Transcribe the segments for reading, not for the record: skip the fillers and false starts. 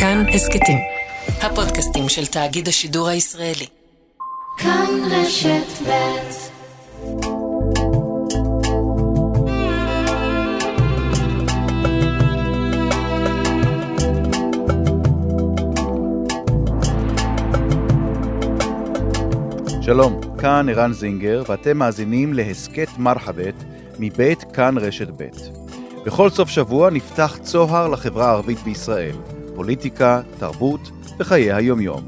כאן הסקטים, הפודקאסטים של תאגיד השידור הישראלי. כאן רשת ב'. שלום, כאן ערן זינגר, ואתם מאזינים להסקט מרחבת מבית כאן רשת ב'. בכל סוף שבוע נפתח צוהר לחברה הערבית בישראל, פוליטיקה, תרבות וחיי היום-יום.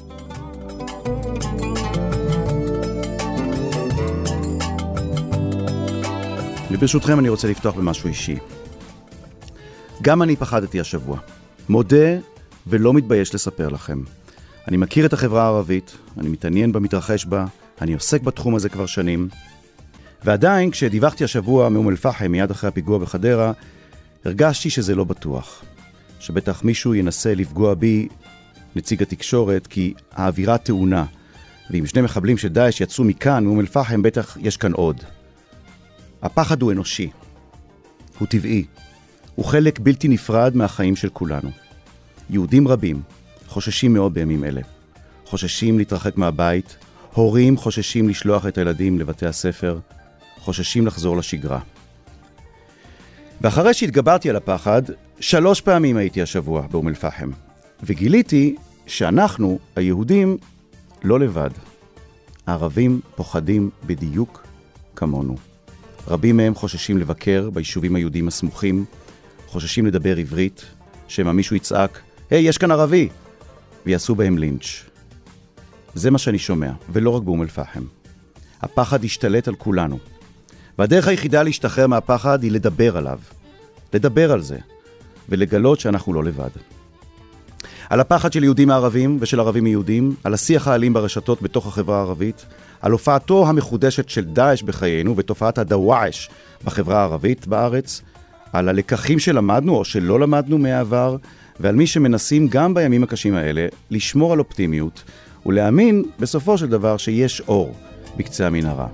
וברשותכם אני רוצה לפתוח במשהו אישי. גם אני פחדתי השבוע. מודה ולא מתבייש לספר לכם. אני מכיר את החברה הערבית, אני מתעניין במתרחש בה, אני עוסק בתחום הזה כבר שנים. ועדיין, כשדיווחתי השבוע מאום אל-פחם מיד אחרי הפיגוע בחדרה, הרגשתי שזה לא בטוח. שבטח מישהו ינסה לפגוע בי, נציג התקשורת, כי האווירה טעונה. ועם שני מחבלים של דאעש יצאו מכאן, מאום אל-פחם, בטח יש כאן עוד. הפחד הוא אנושי. הוא טבעי. הוא חלק בלתי נפרד מהחיים של כולנו. יהודים רבים חוששים מאוד בימים אלה. חוששים להתרחק מהבית, הורים חוששים לשלוח את הילדים לבתי הספר, חוששים לחזור לשגרה. ואחרי שהתגברתי על הפחד, 3 פעמים הייתי השבוע באום אל-פחם, וגיליתי שאנחנו, היהודים, לא לבד. הערבים פוחדים בדיוק כמונו. רבים מהם חוששים לבקר ביישובים היהודים הסמוכים, חוששים לדבר עברית, שמה מישהו יצעק, היי, יש כאן ערבי, ויעשו בהם לינץ'. זה מה שאני שומע, ולא רק באום אל-פחם. הפחד השתלט על כולנו. והדרך היחידה להשתחרר מהפחד היא לדבר עליו. לדבר על זה, ולגלות שאנחנו לא לבד. על הפחד של יהודים הערבים ושל ערבים יהודים, על השיח האלים ברשתות בתוך החברה הערבית, על הופעתו המחודשת של דאעש בחיינו ותופעת הדוואעש בחברה הערבית בארץ, על הלקחים שלמדנו או שלא למדנו מהעבר, ועל מי שמנסים גם בימים הקשים האלה לשמור על אופטימיות ולהאמין בסופו של דבר שיש אור בקצה המנהרה.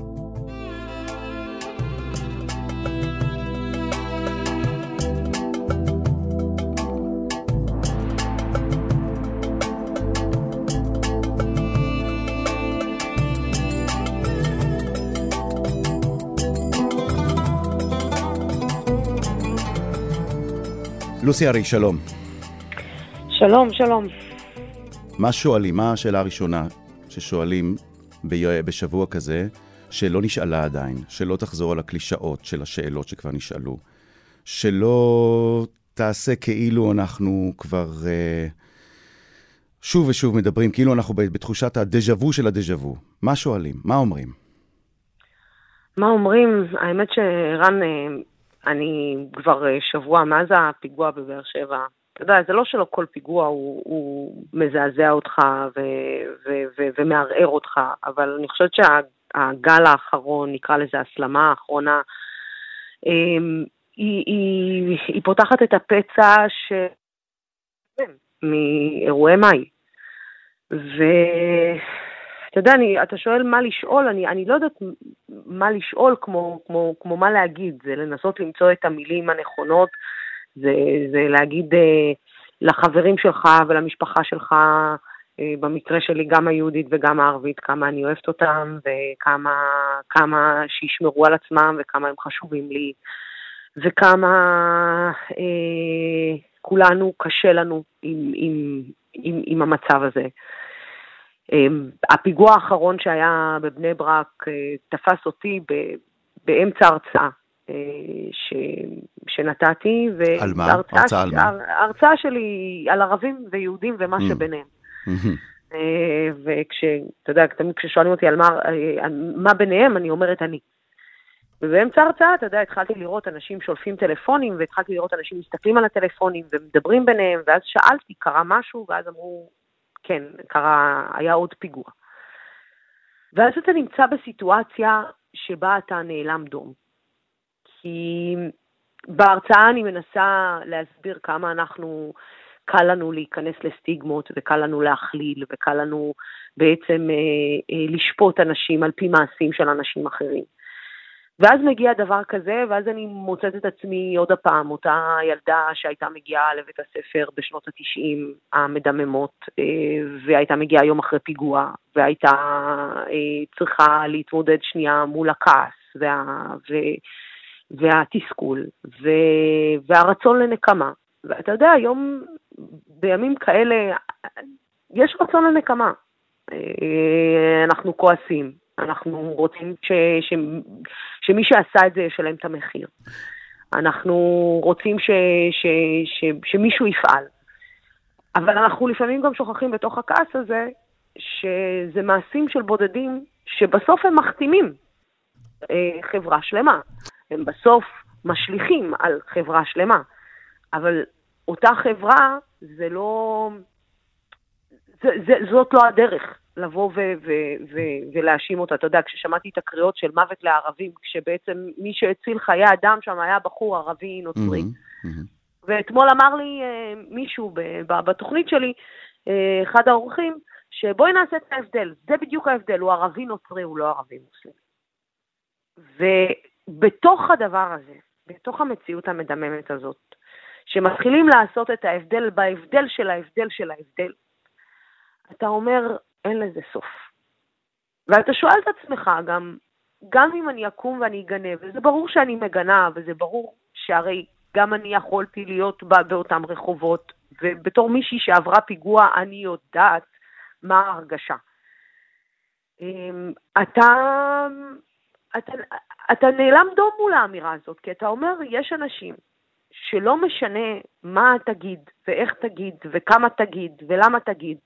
לוסי ארי, שלום. שלום, שלום. מה שואלים? מה השאלה הראשונה ששואלים בשבוע כזה, שלא נשאלה עדיין, שלא תחזור על הקלישאות של השאלות שכבר נשאלו, שלא תעשה כאילו אנחנו כבר שוב ושוב מדברים, כאילו אנחנו בתחושת הדז'וו של הדז'וו. מה שואלים? מה אומרים? מה אומרים? האמת שרן, אני כבר שבוע מאז הפיגוע בבאר שבע, אתה יודע, זה לא שלא כל פיגוע הוא מזעזע אותך ומערער אותך, אבל אני חושבת שהגל האחרון, נקרא לזה הסלמה האחרונה, היא פותחת את הפצע מאירועי מאי. ואתה יודע, אתה שואל מה לשאול, אני לא יודעת מה לשאול כמו מה להגיד, זה לנסות למצוא את המילים הנכונות, זה להגיד לחברים שלך ולמשפחה שלך, במקרה שלי גם היהודית וגם הערבית, כמה אני אוהבת אותם, וכמה שישמרו על עצמם, וכמה הם חשובים לי, וכמה כולנו קשה לנו עם המצב הזה. הפיגוע האחרון שהיה בבני ברק תפס אותי באמצע הרצאה שנתתי, על מה? הרצאה על מה? הרצאה שלי על ערבים ויהודים ומה שביניהם. אתה יודע, תמיד כששואלים אותי על מה ביניהם, אני אומרת אני. ובאמצע הרצאה, אתה יודע, התחלתי לראות אנשים שולפים טלפונים, והתחלתי לראות אנשים מסתכלים על הטלפונים ומדברים ביניהם, ואז שאלתי, קרה משהו, ואז אמרו, כן, היה עוד פיגוע. ואז אתה נמצא בסיטואציה שבה אתה נעלם דום. כי בהרצאה אני מנסה להסביר כמה קל לנו להיכנס לסטיגמות, וקל לנו להכליל, וקל לנו בעצם לשפוט אנשים על פי מעשים של אנשים אחרים. ואז מגיע דבר כזה, ואז אני מוצאת את עצמי עוד הפעם, אותה ילדה שהייתה מגיעה לבית הספר בשנות ה-90 המדממות, והייתה מגיעה יום אחרי פיגוע, והייתה צריכה להתמודד שנייה מול הכעס, והתסכול, והרצון לנקמה. ואתה יודע, היום, בימים כאלה, יש רצון לנקמה. אנחנו כועסים. אנחנו רוצים שמי שעשה את זה ישלם את המחיר. אנחנו רוצים שמישהו יפעל. אבל אנחנו לפעמים גם שוכחים בתוך הכעס הזה, שזה מעשים של בודדים, שבסוף הם מחתימים חברה שלמה. הם בסוף משליכים על חברה שלמה. אבל אותה חברה, זאת לא הדרך. לבוא ולהאשים אותה. אתה יודע, כששמעתי את הקריאות של מוות לערבים, כשבעצם מי שהציל חיי אדם שם היה בחור ערבי נוצרי. ואתמול אמר לי מישהו בתוכנית שלי, אחד האורחים, שבואי נעשה את ההבדל. זה בדיוק ההבדל, הוא ערבי נוצרי, הוא לא ערבי מוסלמי. ובתוך הדבר הזה, בתוך המציאות המדממת הזאת, שמתחילים לעשות את ההבדל בהבדל של ההבדל של ההבדל, אתה אומר, אין לזה סוף. ואתה שואל את עצמך גם אם אני אקום ואני אגנה, וזה ברור שאני מגנה, וזה ברור שהרי גם אני יכולתי להיות באותם רחובות, ובתור מישהי שעברה פיגוע, אני יודעת מה ההרגשה. אתה נעלם דום מול האמירה הזאת, כי אתה אומר, יש אנשים שלא משנה מה תגיד, ואיך תגיד, וכמה תגיד, ולמה תגיד,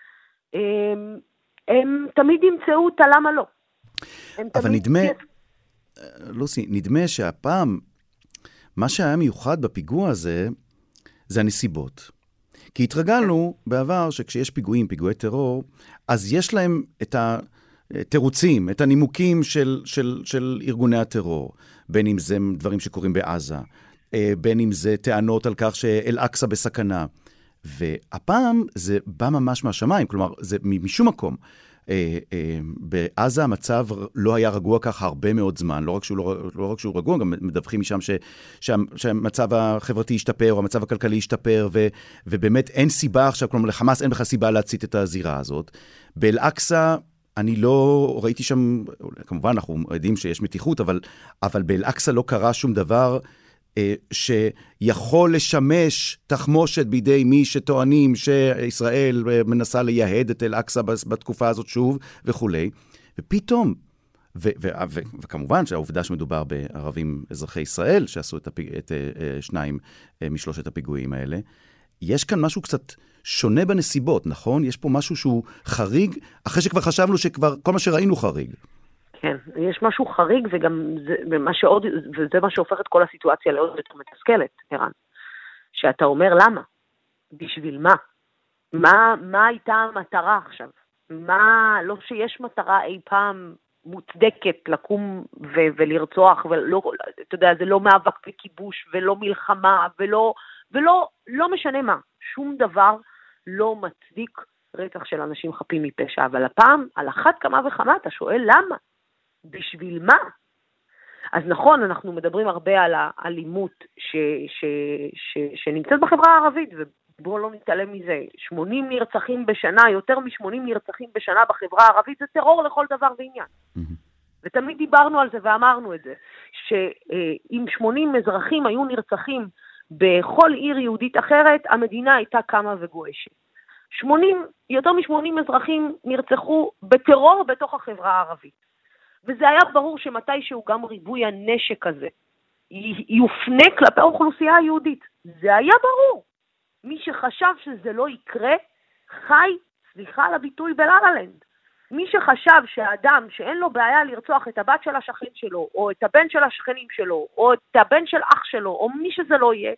הם תמיד ימצאו אותה למה לא. אבל נדמה, לוסי, נדמה שהפעם, מה שהיה מיוחד בפיגוע הזה, זה הנסיבות. כי התרגלנו בעבר שכשיש פיגועי טרור, אז יש להם את התירוצים, את הנימוקים של ארגוני הטרור, בין אם זה דברים שקורים בעזה, בין אם זה טענות על כך שאל-אקצא בסכנה, והפעם זה בא ממש מהשמיים, כלומר, זה משום מקום. בעזה המצב לא היה רגוע כך הרבה מאוד זמן, לא רק שהוא רגוע, גם מדווחים משם שהמצב החברתי השתפר, או המצב הכלכלי השתפר, ובאמת אין סיבה עכשיו, כלומר, לחמאס אין בכלל סיבה להצית את הזירה הזאת. באל-אקצא, אני לא ראיתי שם, כמובן אנחנו יודעים שיש מתיחות, אבל באל-אקצא לא קרה שום דבר, שיכול לשמש תחמושת בידי מי שטוענים שישראל מנסה לייהד את אל-אקצא בתקופה הזאת שוב וכולי. ופתאום, וכמובן שהעובדה שמדובר בערבים אזרחי ישראל שעשו את שניים משלושת הפיגועים האלה, יש כאן משהו קצת שונה בנסיבות, נכון? יש פה משהו שהוא חריג, אחרי שכבר חשבנו שכבר כל מה שראינו חריג. כן, יש משהו חריג, וגם וזה מה שהופך את כל הסיטואציה לעוד יותר מתסכלת, ערן. שאתה אומר למה? בשביל מה? מה הייתה המטרה עכשיו? לא שיש מטרה אי פעם מוצדקת לקום ולרצוח, אתה יודע, זה לא מאבק בכיבוש, ולא מלחמה, ולא משנה מה. שום דבר לא מצדיק רצח של אנשים חפים מפשע, אבל הפעם, על אחת כמה וכמה, אתה שואל למה? בשביל מה? אז נכון, אנחנו מדברים הרבה על האלימות שנמצאת בחברה הערבית, ובואו לא נתעלם מזה. 80 נרצחים בשנה, יותר מ-80 נרצחים בשנה בחברה הערבית, זה טרור לכל דבר ועניין. ותמיד דיברנו על זה ואמרנו את זה, שאם 80 אזרחים היו נרצחים בכל עיר יהודית אחרת, המדינה הייתה קמה וגועשת. יותר מ-80 אזרחים נרצחו בטרור בתוך החברה הערבית. וזה היה ברור שמתישהו גם ריבוי הנשק הזה יופנה כלפי האוכלוסייה היהודית. זה היה ברור. מי שחשב שזה לא יקרה, חי, סליחה על הביטוי, בלה-לה-לנד. מי שחשב שהאדם שאין לו בעיה לרצוח את הבת של השכן שלו, או את הבן של השכנים שלו, או את הבן של אח שלו, או מי שזה לא יהיה,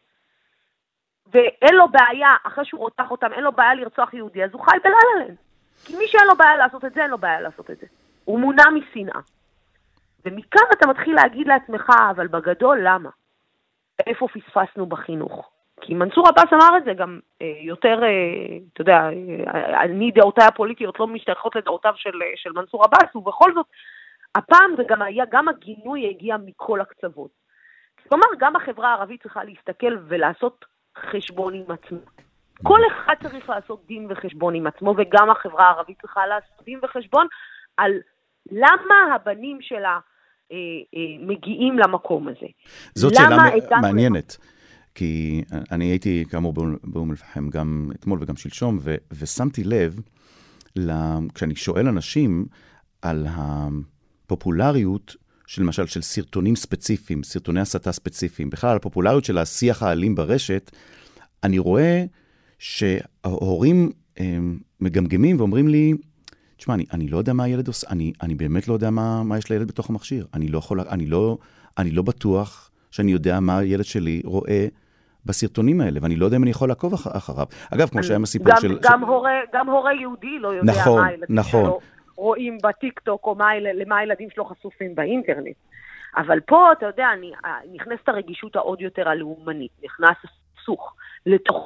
ואין לו בעיה, אחרי שהוא רותח אותם, אין לו בעיה לרצוח יהודי, אז הוא חי בלה-לה-לנד. כי מי שאין לו בעיה לעשות את זה, אין לו בעיה לעשות את זה. הוא מונע משנאה. ומכאן אתה מתחיל להגיד לעצמך, אבל בגדול למה? איפה פספסנו בחינוך? כי מנסור עבאס אמר את זה גם יותר, אתה יודע, דעותיי הפוליטיות לא משתייכות לדעותיו של מנסור עבאס, ובכל זאת, הפעם זה גם הגינוי הגיע מכל הקצוות. כלומר, גם החברה הערבית צריכה להסתכל ולעשות חשבון עם עצמו. כל אחד צריך לעשות דין וחשבון עם עצמו, וגם החברה הערבית צריכה לעשות דין וחשבון על למה הבנים שלה מגיעים למקום הזה. זאת שאלה מעניינת, כי אני הייתי כאמור באום אל-פחם גם אתמול וגם שלשום, ושמתי לב, כשאני שואל אנשים על הפופולריות, למשל של סרטונים ספציפיים, סרטוני הסתה ספציפיים, בכלל על הפופולריות של השיח האלים ברשת, אני רואה שההורים מגמגמים ואומרים לי, תשמע, אני לא יודע מה הילד עושה, אני באמת לא יודע מה יש לילד בתוך המכשיר. אני לא בטוח שאני יודע מה הילד שלי רואה בסרטונים האלה, ואני לא יודע אם אני יכול לעקוב אחריו. אגב, כמו שהיה הסיפור של... גם הורה יהודי לא יודע מה הילדים שלו רואים בטיק-טוק, או למה הילדים שלו חשופים באינטרנט. אבל פה, אתה יודע, נכנסת הרגישות העוד יותר הלאומנית, נכנס הסכסוך לתוך...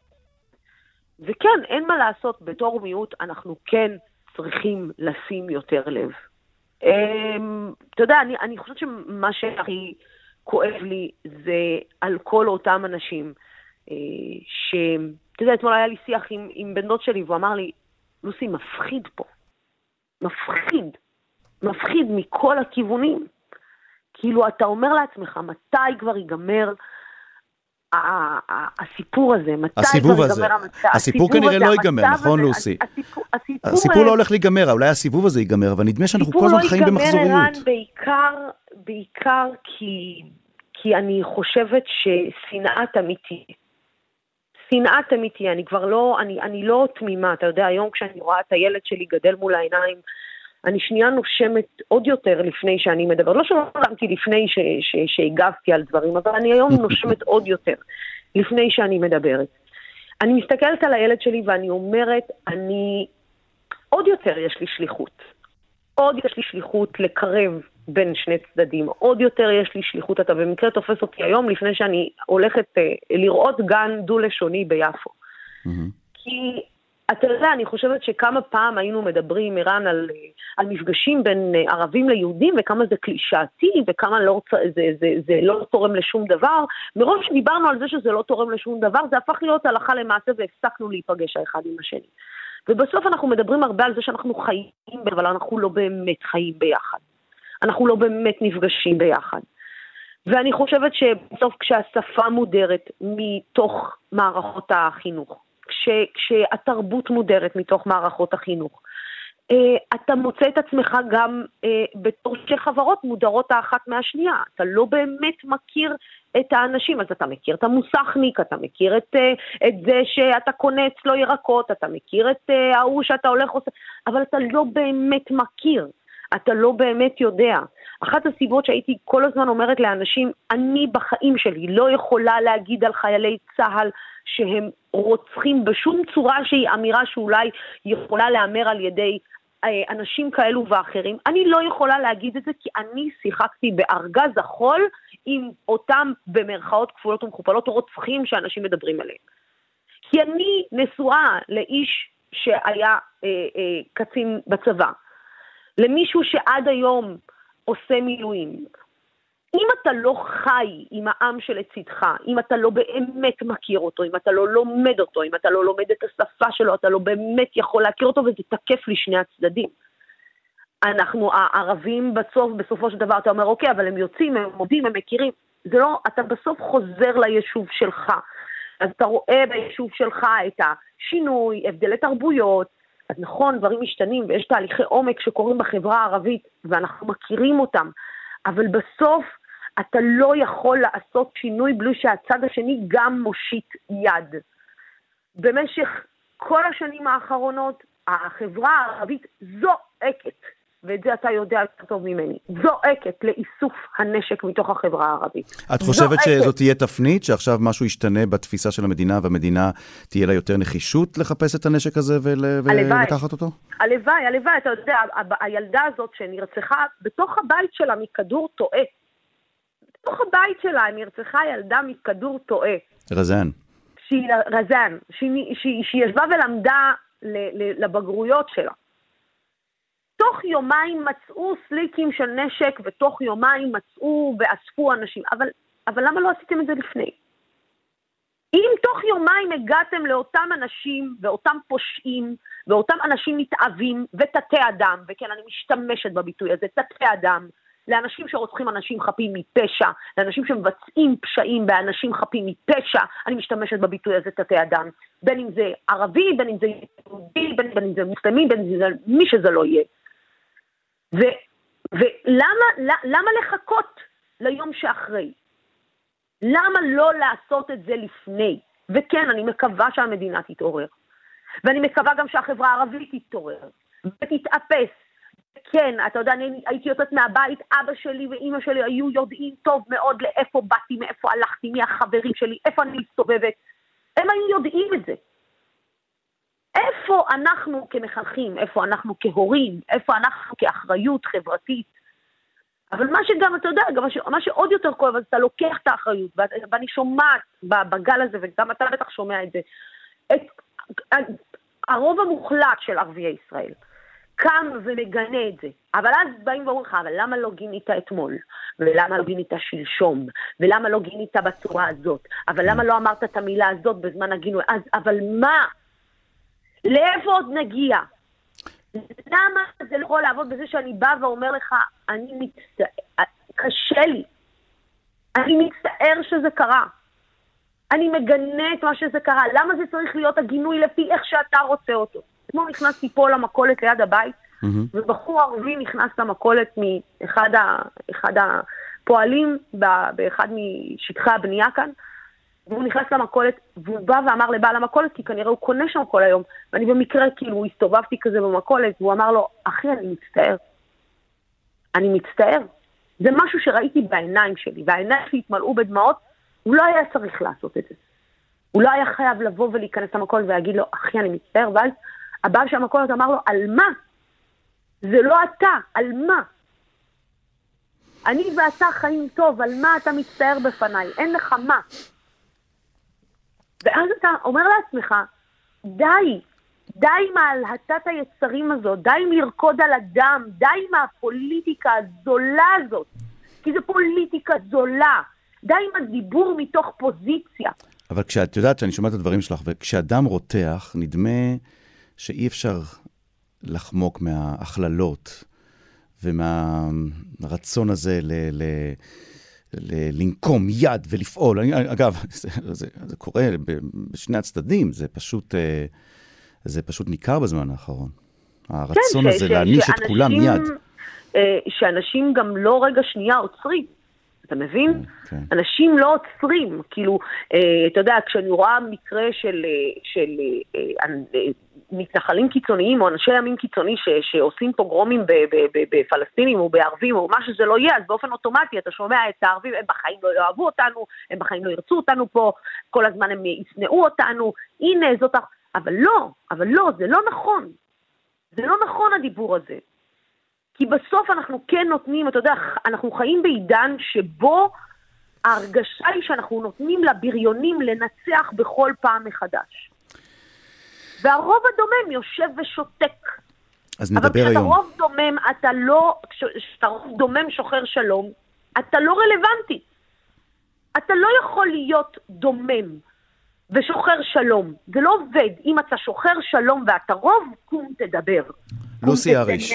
וכן, אין מה לעשות, בתור מיעוט אנחנו כן צריכים לשים יותר לב. אתה יודע, אני חושבת שמה שהכי כואב לי זה על כל אותם אנשים, אתה יודע, אתמול היה לי שיח עם בן דוד שלי, והוא אמר לי, לוסי, מפחיד פה. מפחיד מכל הכיוונים. כאילו, אתה אומר לעצמך, מתי כבר ייגמר הסיפור הזה, הסיבוב הזה. הסיפור כנראה לא ייגמר, נכון לוסי? הסיפור לא הולך להיגמר, אולי הסיבוב הזה ייגמר, אבל נדמה שאנחנו כל הזמן חיים במחזוריות. הסיפור לא ייגמר, בעיקר כי אני חושבת ששנאת אמיתי, אני לא תמימה, אתה יודע, היום כשאני רואה את הילד שלי גדל מול העיניים, אני שנייה נושמת עוד יותר לפני שאני מדבר. לא שומעתי לפני שהגבתי על דברים, אבל אני היום נושמת עוד יותר לפני שאני מדברת. אני מסתכלת על הילד שלי ואני אומרת, עוד יותר יש לי שליחות לקרב בין שני צדדים. עוד יותר יש לי שליחות, אתה במקרה תופס אותי היום לפני שאני הולכת לראות גן דו-לשוני ביפו. כי... אתה יודע, אני חושבת שכמה פעם היינו מדברים, אירן, על מפגשים בין ערבים ליהודים, וכמה זה קלישאתי, וכמה זה לא תורם לשום דבר. מרוב שדיברנו על זה שזה לא תורם לשום דבר, זה הפך להיות הלכה למעשה, והפסקנו להיפגש האחד עם השני. ובסוף אנחנו מדברים הרבה על זה שאנחנו חיים, אבל אנחנו לא באמת חיים ביחד. אנחנו לא באמת נפגשים ביחד. ואני חושבת שבסוף כשהשפה מודרת מתוך מערכות החינוך, כשהתרבות מודרת מתוך מערכות החינוך, אתה מוצא את עצמך גם בתור שחברות מודרות האחת מהשנייה. אתה לא באמת מכיר את האנשים, אז אתה מכיר את המוסכניק, אתה מכיר את זה שאתה קונה אצלו ירקות, אתה מכיר את ההוא שאתה הולך עושה, אבל אתה לא באמת מכיר, אתה לא באמת יודע. אחת הסיבות שהייתי כל הזמן אומרת לאנשים, אני בחיים שלי לא יכולה להגיד על חיילי צהל שהם רוצחים בשום צורה שהיא אמירה שאולי יכולה לאמר על ידי אנשים כאלו ואחרים. אני לא יכולה להגיד את זה כי אני שיחקתי בארגז החול עם אותם במרכאות כפולות ומכופלות רוצחים שאנשים מדברים עליהם. כי אני נשואה לאיש שהיה קצין בצבא, למישהו שעד היום עושה מילואים. אם אתה לא חי עם העם שלצדך, אם אתה לא באמת מכיר אותו, אם אתה לא לומד אותו, אם אתה לא לומד את השפה שלו, אתה לא באמת יכול להכיר אותו, וזה תקף לשני הצדדים. אנחנו הערבים בסופו של דבר, אתה אומר, אוקיי, אבל הם יוצאים, הם מודים, הם מכירים. זה לא, אתה בסוף חוזר ליישוב שלך. אז אתה רואה ביישוב שלך את השינוי, הבדלי תרבויות. אז נכון, דברים משתנים, ויש תהליכי עומק שקורים בחברה הערבית, ואנחנו מכירים אותם. אבל בסוף אתה לא יכול לעשות שינוי בלי שהצד השני גם מושיט יד. במשך כל השנים האחרונות, החברה הערבית זועקת, ואת זה אתה יודע יותר טוב ממני, זועקת לאיסוף הנשק מתוך החברה הערבית. את חושבת שזאת תהיה תפנית, שעכשיו משהו ישתנה בתפיסה של המדינה, והמדינה תהיה לה יותר נחישות לחפש את הנשק הזה ולקחת אותו? הלוואי, אתה יודע, הילדה הזאת שנרצחה בתוך הבית שלה מכדור טועה. בתוך הבית שלה נרצחה ילדה מכדור טועה. רזן. שהיא ישבה ולמדה לבגרויות שלה. תוך יומיים מצאו סליקים של נשק, ותוך יומיים מצאו ואספו אנשים. אבל למה לא עשיתם את זה לפני? אם תוך יומיים הגעתם לאותם אנשים, ואותם פושעים, ואותם אנשים מתאבים, ותתי אדם, וכן, אני משתמשת בביטוי הזה, תתי אדם, לאנשים שרוצחים אנשים חפים מפשע, לאנשים שמבצעים פשעים באנשים חפים מפשע, אני משתמשת בביטוי הזה תתי אדם, בין אם זה ערבי, בין אם זה יהודי, בין אם זה מוסלמי, בין אם זה מי שזה לא יהיה. ולמה לחכות ליום שאחרי? למה לא לעשות את זה לפני? וכן, אני מקווה שהמדינה תתעורר. ואני מקווה גם שהחברה הערבית תתעורר. ותתאפס. כן, אתה יודע, אני הייתי יוצאת מהבית, אבא שלי ואמא שלי היו יודעים טוב מאוד לאיפה באתי, מאיפה הלכתי, מי החברים שלי, איפה אני מסתובבת. הם היו יודעים את זה. איפה אנחנו כמחנכים, איפה אנחנו כהורים, איפה אנחנו כאחריות חברתית. אבל מה שגם, אתה יודע, גם מה שעוד יותר כואב, אז אתה לוקח את האחריות, ואני שומעת בגל הזה, וגם אתה בטח שומע את זה, הרוב המוחלט של ערביי ישראל קם ומגנה את זה. אבל אז באים ואומרים לך, אבל למה לא גינית אתמול? ולמה לא גינית שלשום? ולמה לא גינית בצורה הזאת? אבל למה לא אמרת את המילה הזאת בזמן הגינוי? אבל מה? לאיפה עוד נגיע? למה זה לא יכול לעבוד בזה שאני בא ואומר לך, אני מצטער, קשה לי. אני מצטער שזה קרה. אני מגנה את מה שזה קרה. למה זה צריך להיות הגינוי לפי איך שאתה רוצה אותו? כמו נכנסתי פה למכולת ליד הבית, ובחור ערבי נכנס למכולת מאחד הפועלים באחד משטחי הבנייה כאן, והוא נכנס למכולת, והוא בא ואמר לבעל המכולת, כי כנראה הוא קונה שם כל היום, ואני במקרה כאילו הסתובבתי כזה במכולת, והוא אמר לו, אחי, אני מצטער. אני מצטער. זה משהו שראיתי בעיניים שלי, והעיניים שהתמלאו בדמעות, הוא לא היה צריך לעשות את זה. הוא לא היה חייב לבוא ולהיכנס למכולת ולהגיד לו, אחי, אני מצטער, ואז הבעל של המכולת אמר לו, על מה? זה לא אתה, על מה? אני ואתה חיים טוב, על מה אתה מצטער בפניי? אין לך מה. ואז אתה אומר לעצמך, די מהלהטת היצרים הזאת, די לרקוד על הדם, די מהפוליטיקה הזולה הזאת, כי זו פוליטיקה זולה, די עם הדיבור מתוך פוזיציה. אבל כשאת יודעת שאני שומעת את הדברים שלך, וכשאדם רותח, נדמה שאי אפשר לחמוק מההכללות, ומהרצון הזה לנקום יד ולפעול. אגב, זה קורה בשני הצדדים, זה פשוט ניכר בזמן האחרון. הרצון הזה להעניש את כולם יד. שאנשים גם לא רגע שנייה עוצרים. אתה מבין? אנשים לא עוצרים. כאילו, אתה יודע, כשאני רואה מקרה של מתנחלים קיצוניים, או אנשי ימין קיצוני שעושים פוגרומים בפלסטינים או בערבים, או מה שזה לא יהיה, אז באופן אוטומטי אתה שומע את הערבים, הם בחיים לא יאהבו אותנו, הם בחיים לא ירצו אותנו פה, כל הזמן הם יסנאו אותנו, הנה זאת, אבל לא, זה לא נכון. זה לא נכון הדיבור הזה. כי בסוף אנחנו כן נותנים, אתה יודע, אנחנו חיים בעידן שבו ההרגשה היא שאנחנו נותנים לבריונים לנצח בכל פעם מחדש. והרוב הדומם יושב ושותק. אז נדבר היום. אבל כשאתה רוב דומם, כשאתה רוב דומם שוחר שלום, אתה לא רלוונטי. אתה לא יכול להיות דומם ושוחר שלום. זה לא עובד. אם אתה שוחר שלום ואתה רוב, קום תדבר. לוסי אריש.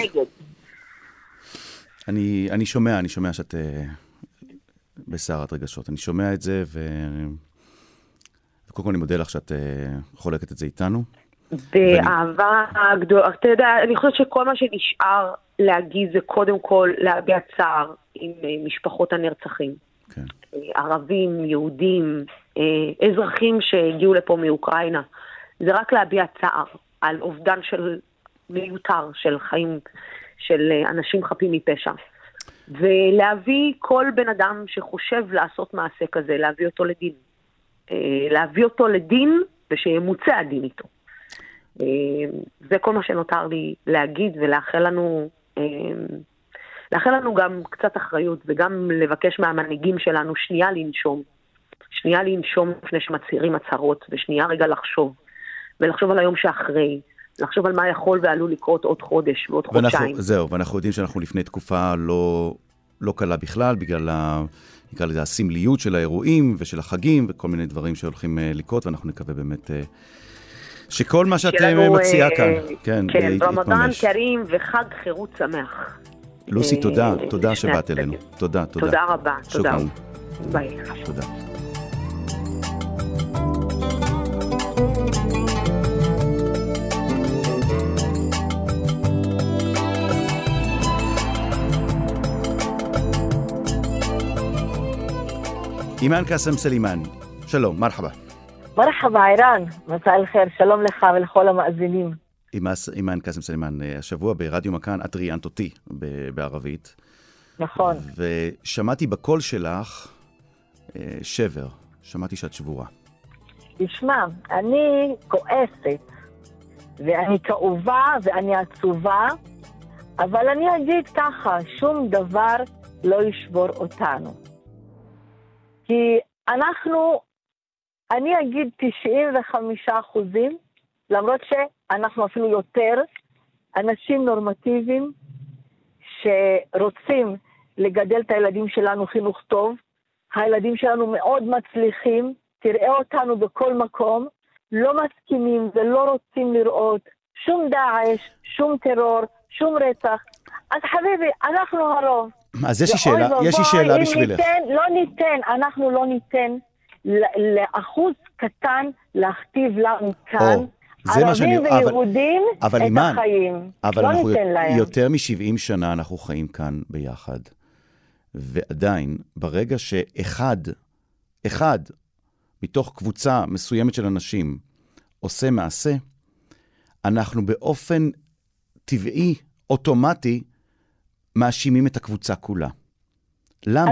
אני שומע שאת בסערת רגשות. אני שומע את זה, וקודם כל אני מודה לך שאת חולקת את זה איתנו. באהבה הגדולה. אתה יודע, אני חושבת שכל מה שנשאר להגיד זה קודם כל להביע צער עם משפחות הנרצחים. כן. ערבים, יהודים, אזרחים שהגיעו לפה מאוקראינה. זה רק להביע צער על אובדן של מיותר, של חיים, של אנשים חפים מפשע. ולהביא כל בן אדם שחושב לעשות מעשה כזה, להביא אותו לדין. להביא אותו לדין ושימוצא הדין איתו. זה כל מה שנותר לי להגיד ולאחל לנו גם קצת אחריות וגם לבקש מהמנהיגים שלנו שנייה לנשום לפני שמצהירים הצהרות ושנייה רגע לחשוב ולחשוב על היום שאחרי לחשוב על מה יכול ועלול לקרות עוד חודש ועוד חודשיים. זהו, ואנחנו יודעים שאנחנו לפני תקופה לא קלה בכלל, בגלל נקרא לזה הסמליות של האירועים ושל החגים וכל מיני דברים שהולכים לקרות, ואנחנו נקווה באמת שכל מה שאתם מציעה כאן, כן, רמדאן קרים וחג חירות שמח. לוסי, תודה שבאת אלינו. תודה. תודה רבה. תודה. ביי. תודה. אימאן קאסם סלימאן, שלום, מרחבה. מרחבה, איראן, מסע אל חיר, שלום לך ולכל המאזינים. אימאן קאסם סלימאן, השבוע ברדיו מכאן את ראיינת אותי בערבית. נכון. ושמעתי בקול שלך שבר, שמעתי שאת שבורה. תשמע, אני כועסת, ואני כאובה ואני עצובה, אבל אני אגיד ככה, שום דבר לא ישבור אותנו. כי אני אגיד 95%, למרות שאנחנו אפילו יותר, אנשים נורמטיביים שרוצים לגדל את הילדים שלנו חינוך טוב, הילדים שלנו מאוד מצליחים, תראה אותנו בכל מקום, לא מסכימים ולא רוצים לראות שום דאעש, שום טרור, שום רצח. אז חביבי, אנחנו הרוב. אז יש לי שאלה בשבילך. אנחנו לא ניתן לאחוז קטן להכתיב לנו כאן, ערבים ויהודים, את החיים. אבל אנחנו יותר מ-70 שנה אנחנו חיים כאן ביחד. ועדיין, ברגע שאחד מתוך קבוצה מסוימת של אנשים עושה מעשה, אנחנו באופן טבעי, אוטומטי, מאשימים את הקבוצה כולה. למה?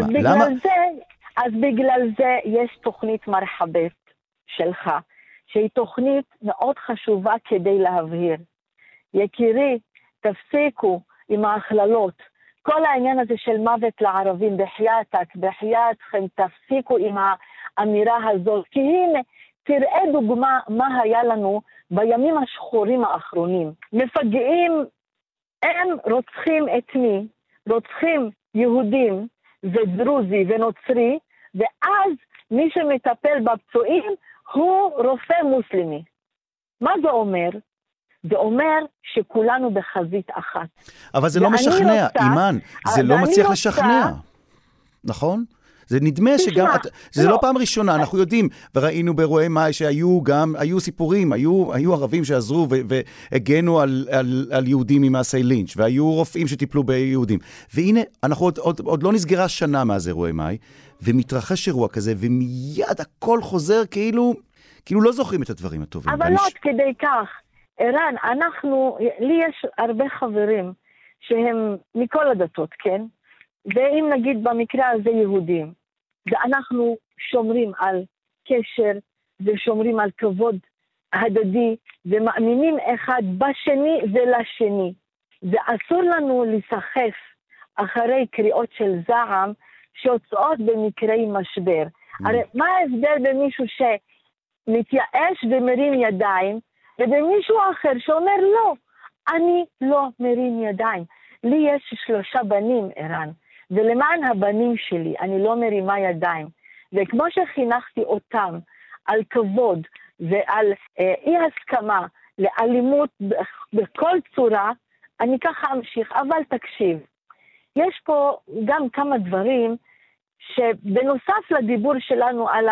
אז בגלל זה יש תוכנית מרחבת שלך, שהיא תוכנית מאוד חשובה כדי להבהיר. יקירי, תפסיקו עם ההכללות. כל העניין הזה של מוות לערבים, בחייאתכם, תפסיקו עם האמירה הזאת. כי הנה, תראה דוגמה מה היה לנו בימים השחורים האחרונים. מפגעים, הם רוצחים את מי? רוצחים יהודים ודרוזי ונוצרי, ואז מי שמטפל בפצועים הוא רופא מוסלמי. מה זה אומר? זה אומר שכולנו בחזית אחת. אבל זה לא משכנע, אימאן, זה לא מצליח לשכנע. נכון? זה נדמה שגם, זה לא פעם ראשונה, אנחנו יודעים, וראינו באירועי מאי שהיו סיפורים, היו ערבים שעזרו והגנו על יהודים ממעשי לינץ', והיו רופאים שטיפלו ביהודים. והנה, אנחנו עוד לא נסגרה שנה מאז אירועי מאי, ומתרחש אירוע כזה, ומיד הכל חוזר כאילו לא זוכרים את הדברים הטובים. אבל לא עד כדי כך. ערן, לי יש הרבה חברים שהם מכל הדתות, כן? ואם נגיד במקרה הזה יהודים, ואנחנו שומרים על קשר ושומרים על כבוד הדדי ומאמינים אחד בשני ולשני, ואסור לנו לסחף אחרי קריאות של זעם שיוצאות במקרי משבר. הרי מה ההבדל במישהו שמתייאש ומרים ידיים ובמישהו אחר שאומר לא, אני לא מרים ידיים. לי יש 3 בנים, ערן, ולמען הבנים שלי אני לא מרימה ידיים. וכמו שחינכתי אותם על כבוד ועל אי הסכמה לאלימות בכל צורה, אני ככה אמשיך. אבל תקשיב, יש פה גם כמה דברים שבנוסף לדיבור שלנו על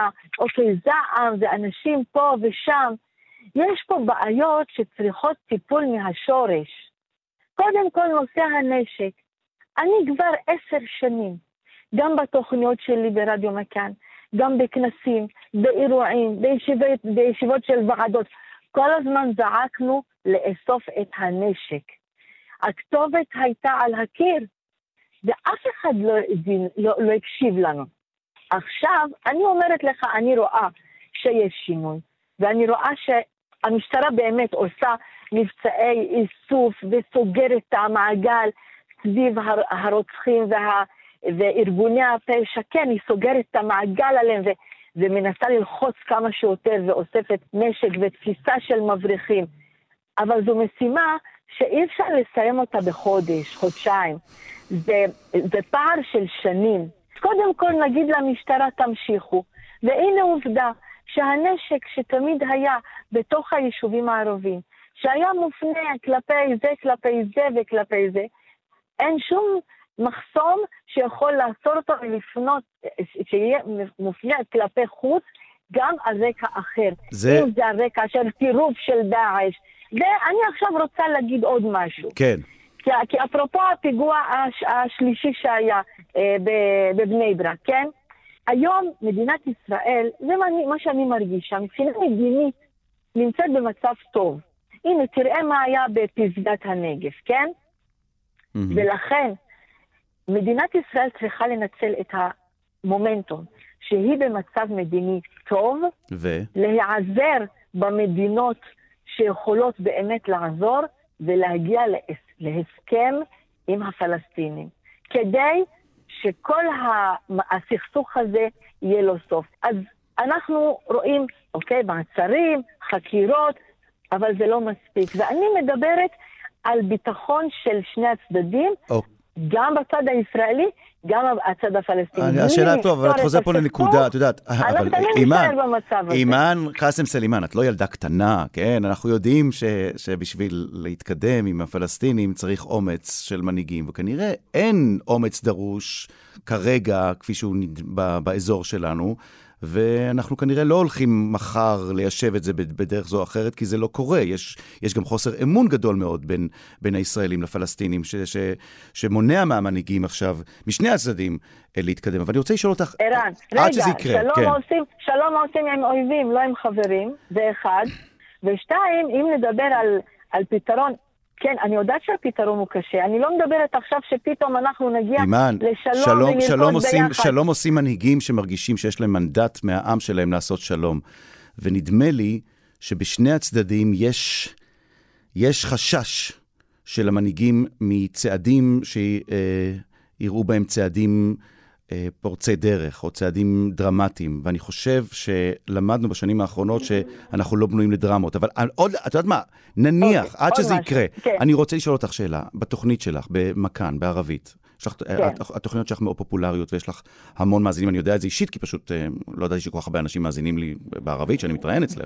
זעם ואנשים פה ושם, יש פה בעיות שצריכות טיפול מהשורש. קודם כל נושא הנשק. אני כבר 10 שנים, גם בתוכניות שלי ברדיו מכאן, גם בכנסים, באירועים, בישיבות של ועדות, כל הזמן זעקנו לאסוף את הנשק. הכתובת הייתה על הקיר, ואף אחד לא הקשיב לנו. עכשיו, אני אומרת לך, אני רואה שיש שינוי, ואני רואה שהמשטרה באמת עושה מבצעי איסוף וסוגרת את המעגל סביב הרוצחים וארגוני הפשע. כן, היא סוגרת את המעגל עליהם ומנסה ללחוץ כמה שיותר ואוספת נשק ותפיסה של מבריחים. אבל זו משימה שאי אפשר לסיים אותה בחודש, חודשיים. זה פער של שנים. קודם כל נגיד למשטרה תמשיכו, והנה עובדה שהנשק שתמיד היה בתוך היישובים הערבים, שהיה מופנה כלפי זה וכלפי זה, אין שום מחסום שיכול לעצור אותו ולפנות, שיהיה מופנה כלפי חוץ, גם על רקע אחר. אם זה על רקע של טירוף של דאעש. ואני עכשיו רוצה להגיד עוד משהו. כן. כי אפרופו הפיגוע השלישי שהיה בבני ברק, כן? היום מדינת ישראל, זה מה שאני מרגישה, מבחינה מדינית נמצאת במצב טוב. הנה, תראה מה היה בפסגת הנגב, כן? ולכן, מדינת ישראל צריכה לנצל את המומנטום, שהיא במצב מדיני טוב, להיעזר במדינות שיכולות באמת לעזור, ולהגיע להסכם עם הפלסטינים, כדי שכל הסכסוך הזה יהיה לו סוף. אז אנחנו רואים, אוקיי, מעצרים, חקירות, אבל זה לא מספיק. ואני מדברת על ביטחון של שני הצדדים, גם בצד הישראלי, גם הצד הפלסטיני. השאלה טוב, אבל את חוזר פה לנקודה, את יודעת, אבל אימן קאסם סלימאן, את לא ילדה קטנה, כן? אנחנו יודעים שבשביל להתקדם עם הפלסטינים צריך אומץ של מנהיגים, וכנראה אין אומץ דרוש כרגע, כפי שהוא באזור שלנו, ואנחנו כנראה לא הולכים מחר ליישב את זה בדרך זו או אחרת, כי זה לא קורה. יש גם חוסר אמון גדול מאוד בין הישראלים לפלסטינים, שמונע מהמנהיגים עכשיו, משני הצדדים, להתקדם. אבל אני רוצה לשאול אותך, ערן, רגע, שלום עושים עם אויבים, לא עם חברים, זה אחד. ושתיים, אם נדבר על פתרון, כן, אני יודעת שהפתרון הוא קשה. אני לא מדברת עכשיו שפתאום אנחנו נגיע לשלום ולרקוד ביחד. שלום עושים מנהיגים שמרגישים שיש להם מנדט מהעם שלהם לעשות שלום. ונדמה לי שבשני הצדדים יש חשש של המנהיגים מצעדים שיראו בהם צעדים פורצי דרך או צעדים דרמטיים. ואני חושב שלמדנו בשנים האחרונות שאנחנו לא בנויים לדרמות. אבל עוד, את יודעת מה? נניח, עד שזה יקרה, אני רוצה לשאול אותך שאלה. בתוכנית שלך, במכאן, בערבית, התוכניות שלך מאוד פופולריות, ויש לך המון מאזינים, אני יודע את זה אישית, כי פשוט לא ידעתי שכל כך הרבה אנשים מאזינים לי בערבית, שאני מתראיין אצלך.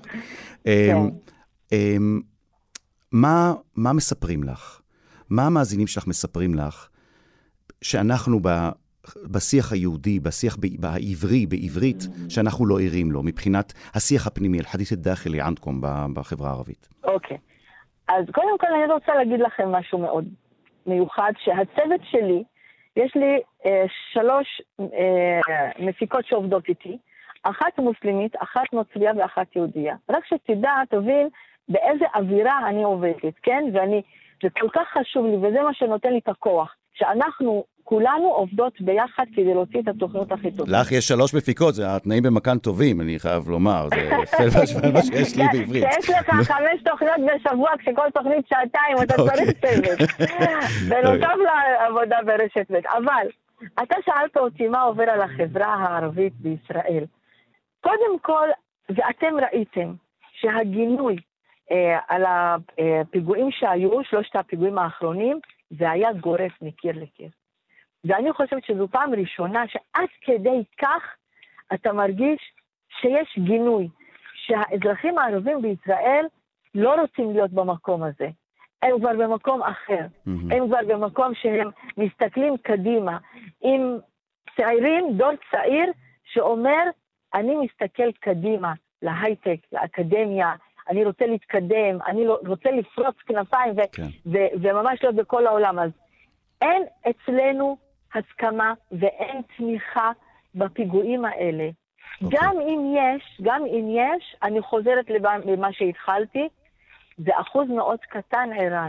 מה מספרים לך? מה המאזינים שלך מספרים לך שאנחנו בשיח היהודי, בשיח בעברי, בעברית, שאנחנו לא ערים לו, מבחינת השיח הפנימי, אל-חדית' א-דאחלי ענדכם בחברה הערבית? אוקיי. אז קודם כל אני רוצה להגיד לכם משהו מאוד מיוחד, שהצוות שלי, יש לי 3 מפיקות שעובדות איתי, אחת מוסלמית, אחת נוצריה ואחת יהודיה. רק שתדע, תבין באיזה אווירה אני עובדת, כן? זה כל כך חשוב לי, וזה מה שנותן לי את הכוח, שאנחנו כולנו עובדות ביחד כדי להוציא את התוכניות הכי טובות. לך יש 3 מפיקות, זה התנאים במכאן טובים, אני חייב לומר, זה יפה מה שיש לי בעברית. שיש לך 5 תוכניות בשבוע, כשכל תוכנית 2 אתה צריך צוות. בנוסף לעבודה ברשת ב'. אבל אתה שאלת אותי מה עובר על החברה הערבית בישראל. קודם כל, ואתם ראיתם שהגינוי על הפיגועים שהיו, 3 הפיגועים האחרונים, זה היה גורף מקיר לקיר. ואני חושבת שזו פעם ראשונה שעד כדי כך אתה מרגיש שיש גינוי, שהאזרחים הערבים בישראל לא רוצים להיות במקום הזה. הם כבר במקום אחר. הם כבר במקום שהם מסתכלים קדימה. עם צעירים, דור צעיר, שאומר, אני מסתכל קדימה להייטק, לאקדמיה, אני רוצה להתקדם, אני רוצה לפרוץ כנפיים וממש להיות בכל העולם. אז אין אצלנו הסכמה ואין תמיכה בפיגועים האלה. גם אם יש, אני חוזרת למה שהתחלתי, זה אחוז מאוד קטן, ערן.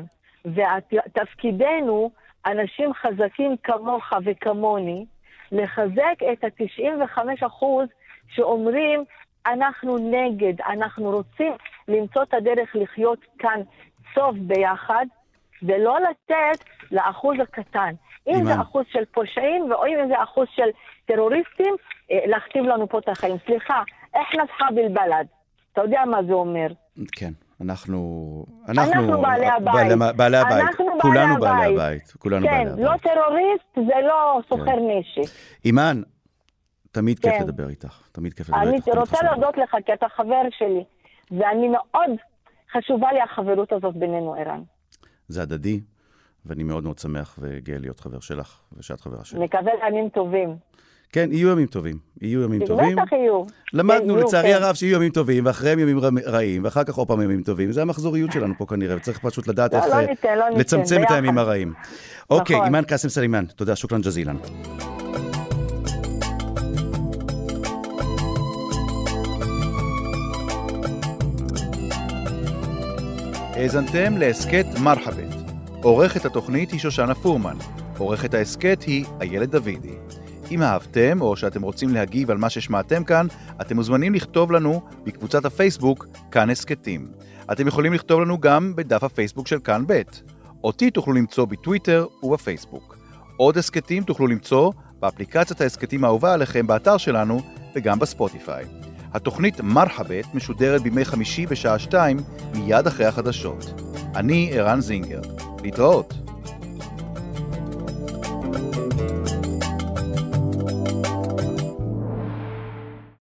ותפקידנו, אנשים חזקים כמוך וכמוני, לחזק את 95% שאומרים, אנחנו נגד, אנחנו רוצים למצוא את הדרך לחיות כאן טוב ביחד, ולא לתת לאחוז הקטן. אם זה אחוז של פושעים, או אם זה אחוז של טרוריסטים, להכתיב לנו פה את החיים. סליחה, איך נסחה בלבלד? אתה יודע מה זה אומר? כן. אנחנו בעלי הבית. בעלי הבית. כולנו בעלי הבית. כן, לא טרוריסט, זה לא סוחר נשק. אימן, תמיד כיף לדבר איתך. אני רוצה להודות לך, כי אתה חבר שלי, ואני מאוד חשובה לי החברות הזאת בינינו, ערן. זה הדדי, ואני מאוד מאוד שמח וגאה להיות חבר שלך, ושאת חברה שלי. מקווה ימים טובים. כן, יהיו ימים טובים. בטח יהיו. למדנו לצערי הרב שיהיו ימים טובים, ואחריהם ימים רעים, ואחר כך עוד פעם ימים טובים. זה המחזוריות שלנו פה כנראה, וצריך פשוט לדעת איך לצמצם את הימים הרעים. אוקיי, אימן קאסם סלימאן, תודה, שוקרן ג'זילן. האזנתם להסכת מרחבת. עורכת התוכנית היא שושנה פורמן. עורכת ההסכת היא איילת דוידי. אם אהבתם או שאתם רוצים להגיב על מה ששמעתם כאן, אתם מוזמנים לכתוב לנו בקבוצת הפייסבוק כאן הסכתים. אתם יכולים לכתוב לנו גם בדף הפייסבוק של כאן ב'. אותי תוכלו למצוא בטוויטר ובפייסבוק. עוד הסכתים תוכלו למצוא באפליקציית ההסכתים האהובה עליכם באתר שלנו וגם בספוטיפיי. התוכנית מרחבת משודרת בימי חמישי בשעה 2 מיד אחרי החדשות. אני ערן זינגר. להתראות.